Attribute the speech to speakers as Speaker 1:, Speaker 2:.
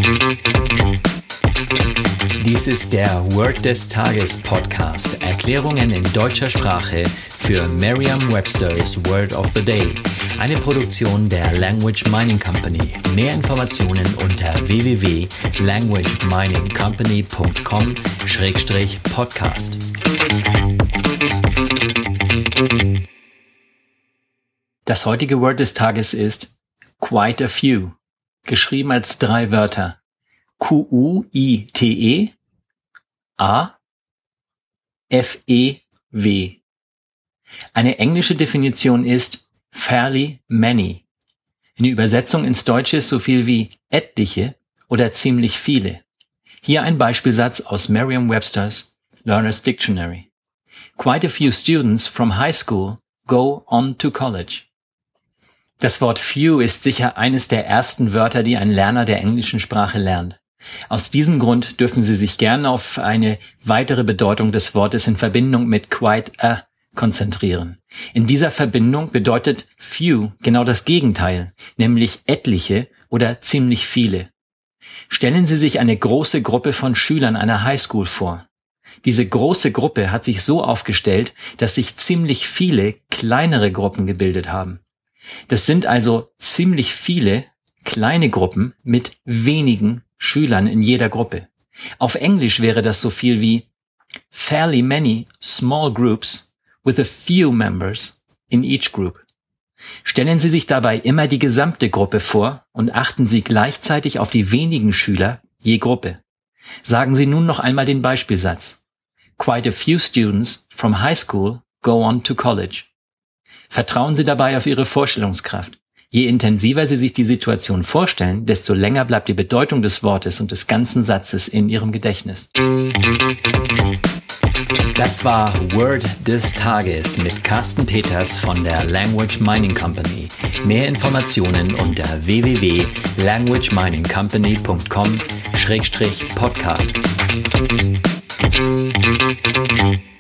Speaker 1: Dies ist der Word des Tages Podcast. Erklärungen in deutscher Sprache für Merriam-Webster's Word of the Day. Eine Produktion der Language Mining Company. Mehr Informationen unter www.languageminingcompany.com/podcast. Das heutige Word des Tages ist quite a few, geschrieben als 3 Wörter. Quite A Few. Eine englische Definition ist fairly many. Eine Übersetzung ins Deutsche ist so viel wie etliche oder ziemlich viele. Hier ein Beispielsatz aus Merriam-Webster's Learner's Dictionary. Quite a few students from high school go on to college. Das Wort few ist sicher eines der ersten Wörter, die ein Lerner der englischen Sprache lernt. Aus diesem Grund dürfen Sie sich gerne auf eine weitere Bedeutung des Wortes in Verbindung mit quite a konzentrieren. In dieser Verbindung bedeutet few genau das Gegenteil, nämlich etliche oder ziemlich viele. Stellen Sie sich eine große Gruppe von Schülern einer Highschool vor. Diese große Gruppe hat sich so aufgestellt, dass sich ziemlich viele kleinere Gruppen gebildet haben. Das sind also ziemlich viele kleine Gruppen mit wenigen Schülern in jeder Gruppe. Auf Englisch wäre das so viel wie fairly many small groups with a few members in each group. Stellen Sie sich dabei immer die gesamte Gruppe vor und achten Sie gleichzeitig auf die wenigen Schüler je Gruppe. Sagen Sie nun noch einmal den Beispielsatz. Quite a few students from high school go on to college. Vertrauen Sie dabei auf Ihre Vorstellungskraft. Je intensiver Sie sich die Situation vorstellen, desto länger bleibt die Bedeutung des Wortes und des ganzen Satzes in Ihrem Gedächtnis. Das war Word des Tages mit Carsten Peters von der Language Mining Company. Mehr Informationen unter www.languageminingcompany.com/podcast.